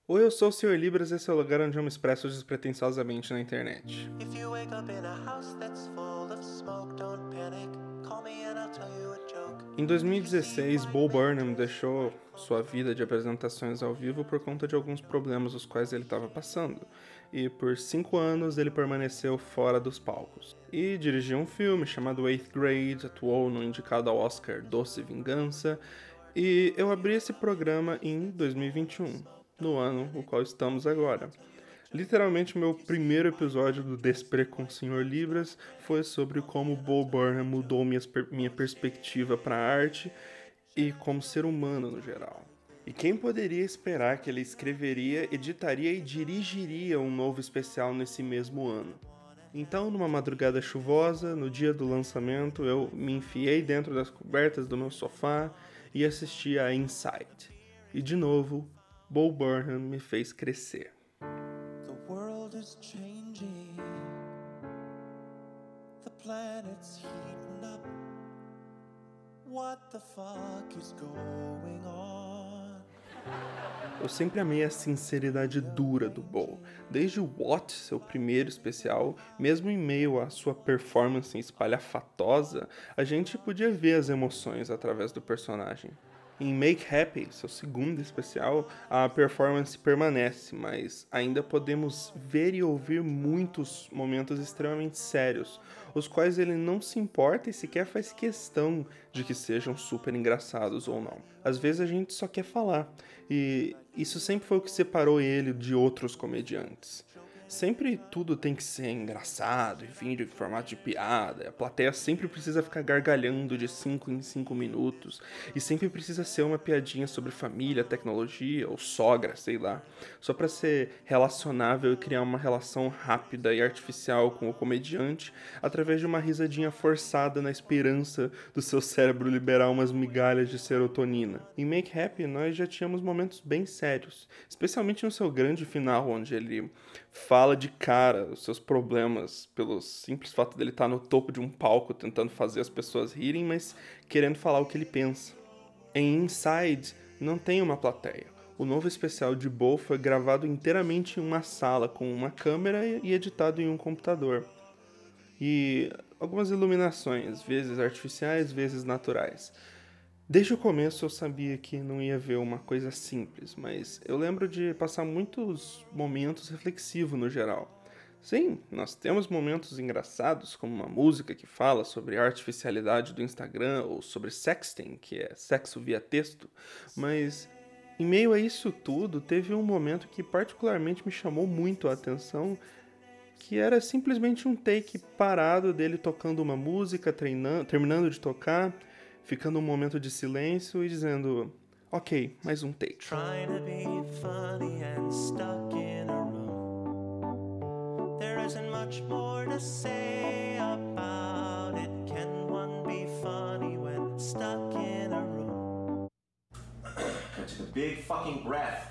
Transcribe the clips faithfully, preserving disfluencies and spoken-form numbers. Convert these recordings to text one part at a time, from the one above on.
Oi, eu sou o senhor Libras, esse é o lugar onde eu me expresso despretensiosamente na internet. If you wake up in a house that's full of smoke, don't panic. Call me and I'll tell you a joke. Em dois mil e dezesseis, Bo Burnham deixou sua vida de apresentações ao vivo por conta de alguns problemas os quais ele estava passando, e por cinco anos ele permaneceu fora dos palcos. E dirigiu um filme chamado Eighth Grade, atuou no indicado ao Oscar Doce Vingança, e eu abri esse programa em dois mil e vinte e um, no ano o qual estamos agora. Literalmente, meu primeiro episódio do Despre com o senhor Libras foi sobre como Bo Burnham mudou minhas per- minha perspectiva para a arte e como ser humano no geral. E quem poderia esperar que ele escreveria, editaria e dirigiria um novo especial nesse mesmo ano? Então, numa madrugada chuvosa, no dia do lançamento, eu me enfiei dentro das cobertas do meu sofá e assisti a Inside. E de novo, Bo Burnham me fez crescer. The world is changing. The planet's heating up. What the fuck is going on? Eu sempre amei a sinceridade dura do Bo. Desde o What, seu primeiro especial, mesmo em meio à sua performance espalhafatosa, a gente podia ver as emoções através do personagem. Em Make Happy, seu segundo especial, a performance permanece, mas ainda podemos ver e ouvir muitos momentos extremamente sérios, os quais ele não se importa e sequer faz questão de que sejam super engraçados ou não. Às vezes a gente só quer falar, e isso sempre foi o que separou ele de outros comediantes. Sempre tudo tem que ser engraçado e vir em formato de piada. A plateia sempre precisa ficar gargalhando de cinco em cinco minutos. E sempre precisa ser uma piadinha sobre família, tecnologia ou sogra, sei lá. Só pra ser relacionável e criar uma relação rápida e artificial com o comediante através de uma risadinha forçada na esperança do seu cérebro liberar umas migalhas de serotonina. Em Make Happy nós já tínhamos momentos bem sérios, especialmente no seu grande final, onde ele fala de cara os seus problemas pelo simples fato dele estar no topo de um palco tentando fazer as pessoas rirem, mas querendo falar o que ele pensa. Em Inside não tem uma plateia. O novo especial de Bo foi gravado inteiramente em uma sala com uma câmera e editado em um computador. E algumas iluminações, vezes artificiais, vezes naturais. Desde o começo eu sabia que não ia ver uma coisa simples, mas eu lembro de passar muitos momentos reflexivos no geral. Sim, nós temos momentos engraçados, como uma música que fala sobre a artificialidade do Instagram ou sobre sexting, que é sexo via texto, mas em meio a isso tudo, teve um momento que particularmente me chamou muito a atenção, que era simplesmente um take parado dele tocando uma música, treinando, terminando de tocar, ficando um momento de silêncio e dizendo: ok, mais um take. Trying to be funny and stuck in a room. There isn't much more to say about it. Can one be funny when stuck in a room? I took a big fucking breath.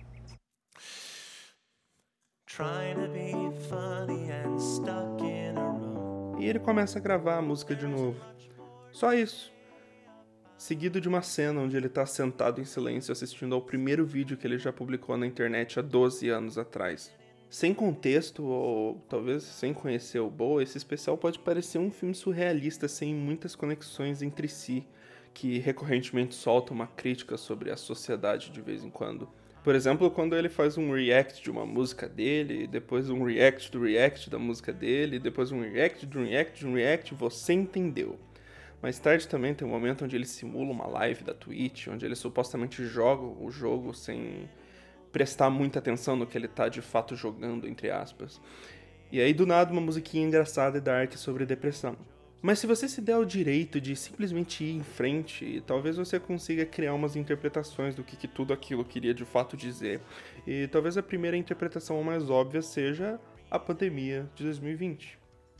Trying to be funny and stuck in a room. E ele começa a gravar a música de novo. Só isso. Seguido de uma cena onde ele está sentado em silêncio assistindo ao primeiro vídeo que ele já publicou na internet há doze anos atrás. Sem contexto, ou talvez sem conhecer o Bo, esse especial pode parecer um filme surrealista sem muitas conexões entre si, que recorrentemente solta uma crítica sobre a sociedade de vez em quando. Por exemplo, quando ele faz um react de uma música dele, depois um react do react da música dele, depois um react de um react de um react, você entendeu. Mais tarde também tem um momento onde ele simula uma live da Twitch, onde ele supostamente joga o jogo sem prestar muita atenção no que ele tá de fato jogando, entre aspas. E aí do nada uma musiquinha engraçada e dark sobre depressão. Mas se você se der o direito de simplesmente ir em frente, talvez você consiga criar umas interpretações do que, que tudo aquilo queria de fato dizer. E talvez a primeira interpretação mais óbvia seja a pandemia de dois mil e vinte.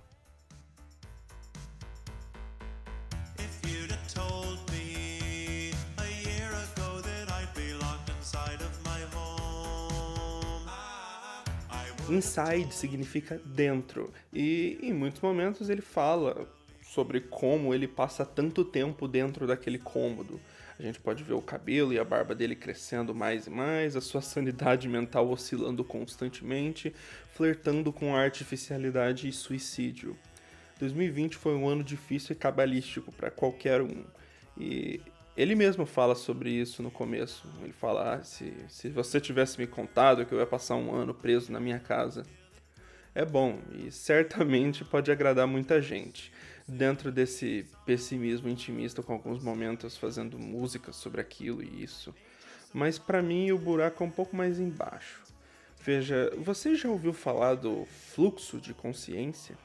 If you'd have told me a year ago that I'd be locked inside of my home, I would. Inside significa dentro, e em muitos momentos ele fala sobre como ele passa tanto tempo dentro daquele cômodo. A gente pode ver o cabelo e a barba dele crescendo mais e mais, a sua sanidade mental oscilando constantemente, flertando com a artificialidade e suicídio. dois mil e vinte foi um ano difícil e cabalístico para qualquer um. E ele mesmo fala sobre isso no começo. Ele fala, ah, se, se você tivesse me contado que eu ia passar um ano preso na minha casa. É bom e certamente pode agradar muita gente. Dentro desse pessimismo intimista, com alguns momentos fazendo música sobre aquilo e isso. Mas pra mim o buraco é um pouco mais embaixo. Veja, você já ouviu falar do fluxo de consciência?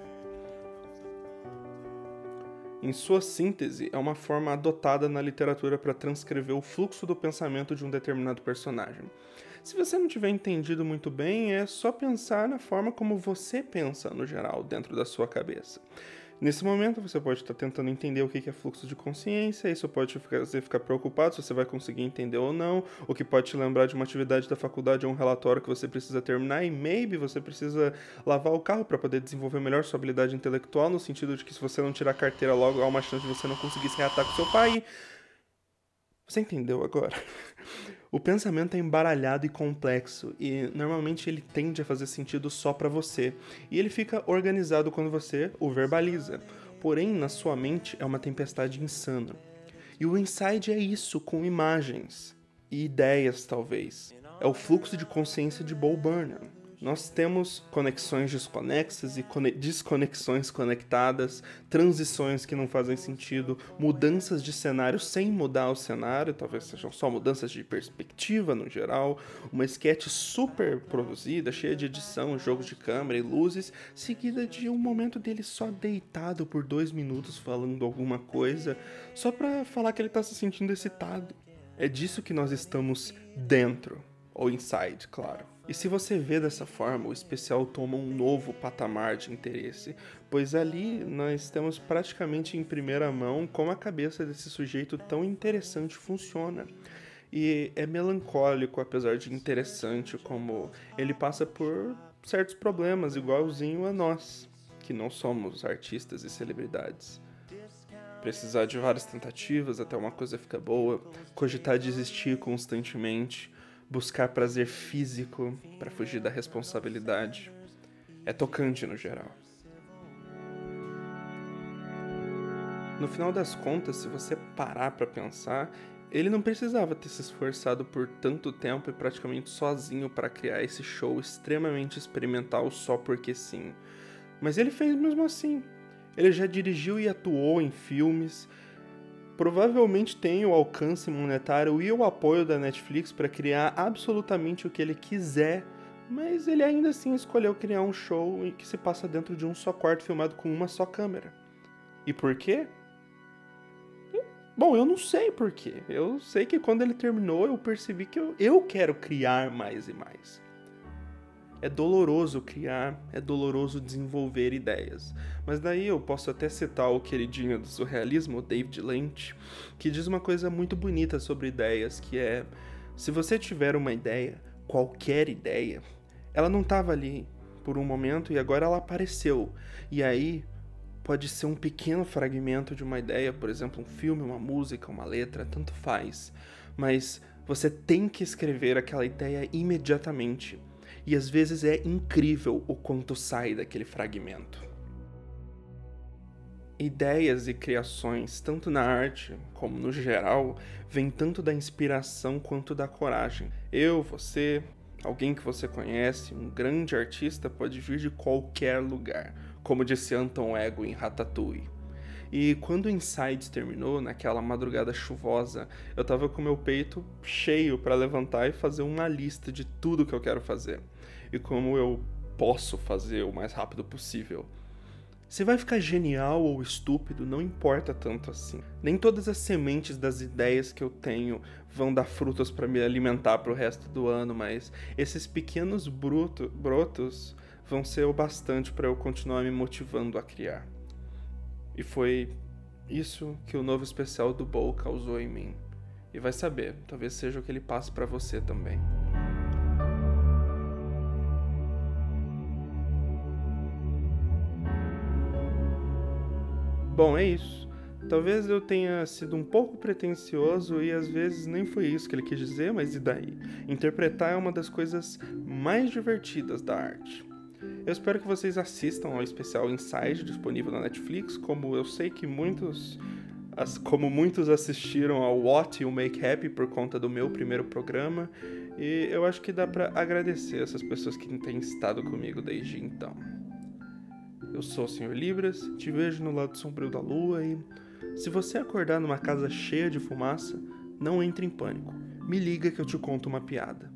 Em sua síntese, é uma forma adotada na literatura para transcrever o fluxo do pensamento de um determinado personagem. Se você não tiver entendido muito bem, é só pensar na forma como você pensa no geral, dentro da sua cabeça. Nesse momento, você pode estar tentando entender o que é fluxo de consciência, isso pode te fazer ficar preocupado se você vai conseguir entender ou não, o que pode te lembrar de uma atividade da faculdade ou um relatório que você precisa terminar, e maybe você precisa lavar o carro para poder desenvolver melhor sua habilidade intelectual, no sentido de que se você não tirar a carteira logo, há uma chance de você não conseguir se reatar com seu pai. Você entendeu agora? O pensamento é embaralhado e complexo, e normalmente ele tende a fazer sentido só pra você, e ele fica organizado quando você o verbaliza. Porém, na sua mente é uma tempestade insana. E o Inside é isso, com imagens e ideias, talvez. É o fluxo de consciência de Bo Burnham. Nós temos conexões desconexas e desconexões conectadas, transições que não fazem sentido, mudanças de cenário sem mudar o cenário, talvez sejam só mudanças de perspectiva no geral, uma sketch super produzida, cheia de edição, jogos de câmera e luzes, seguida de um momento dele só deitado por dois minutos falando alguma coisa, só pra falar que ele tá se sentindo excitado. É disso que nós estamos dentro, ou inside, claro. E se você vê dessa forma, o especial toma um novo patamar de interesse, pois ali nós temos praticamente em primeira mão como a cabeça desse sujeito tão interessante funciona. E é melancólico, apesar de interessante, como ele passa por certos problemas, igualzinho a nós, que não somos artistas e celebridades. Precisar de várias tentativas até uma coisa ficar boa, cogitar desistir constantemente, buscar prazer físico para fugir da responsabilidade. É tocante no geral. No final das contas, se você parar para pensar, ele não precisava ter se esforçado por tanto tempo e praticamente sozinho para criar esse show extremamente experimental só porque sim. Mas ele fez mesmo assim. Ele já dirigiu e atuou em filmes, provavelmente tem o alcance monetário e o apoio da Netflix para criar absolutamente o que ele quiser, mas ele ainda assim escolheu criar um show que se passa dentro de um só quarto filmado com uma só câmera. E por quê? Bom, eu não sei por quê. Eu sei que quando ele terminou eu percebi que eu, eu quero criar mais e mais. É doloroso criar, é doloroso desenvolver ideias. Mas daí eu posso até citar o queridinho do surrealismo, o David Lynch, que diz uma coisa muito bonita sobre ideias, que é: se você tiver uma ideia, qualquer ideia, ela não estava ali por um momento e agora ela apareceu. E aí pode ser um pequeno fragmento de uma ideia, por exemplo, um filme, uma música, uma letra, tanto faz. Mas você tem que escrever aquela ideia imediatamente. E às vezes é incrível o quanto sai daquele fragmento. Ideias e criações, tanto na arte como no geral, vêm tanto da inspiração quanto da coragem. Eu, você, alguém que você conhece, um grande artista pode vir de qualquer lugar, como disse Anton Ego em Ratatouille. E quando o Inside terminou, naquela madrugada chuvosa, eu tava com meu peito cheio para levantar e fazer uma lista de tudo que eu quero fazer. E como eu posso fazer o mais rápido possível. Se vai ficar genial ou estúpido, não importa tanto assim. Nem todas as sementes das ideias que eu tenho vão dar frutos para me alimentar pro resto do ano, mas esses pequenos bruto, brotos vão ser o bastante para eu continuar me motivando a criar. E foi isso que o novo especial do Bo causou em mim. E vai saber, talvez seja o que ele passe pra você também. Bom, é isso. Talvez eu tenha sido um pouco pretensioso e às vezes nem foi isso que ele quis dizer, mas e daí? Interpretar é uma das coisas mais divertidas da arte. Eu espero que vocês assistam ao especial Inside disponível na Netflix, como eu sei que muitos, as, como muitos assistiram ao What You Make Happy por conta do meu primeiro programa, e eu acho que dá pra agradecer essas pessoas que têm estado comigo desde então. Eu sou o senhor Libras, te vejo no lado sombrio da lua e se você acordar numa casa cheia de fumaça, não entre em pânico. Me liga que eu te conto uma piada.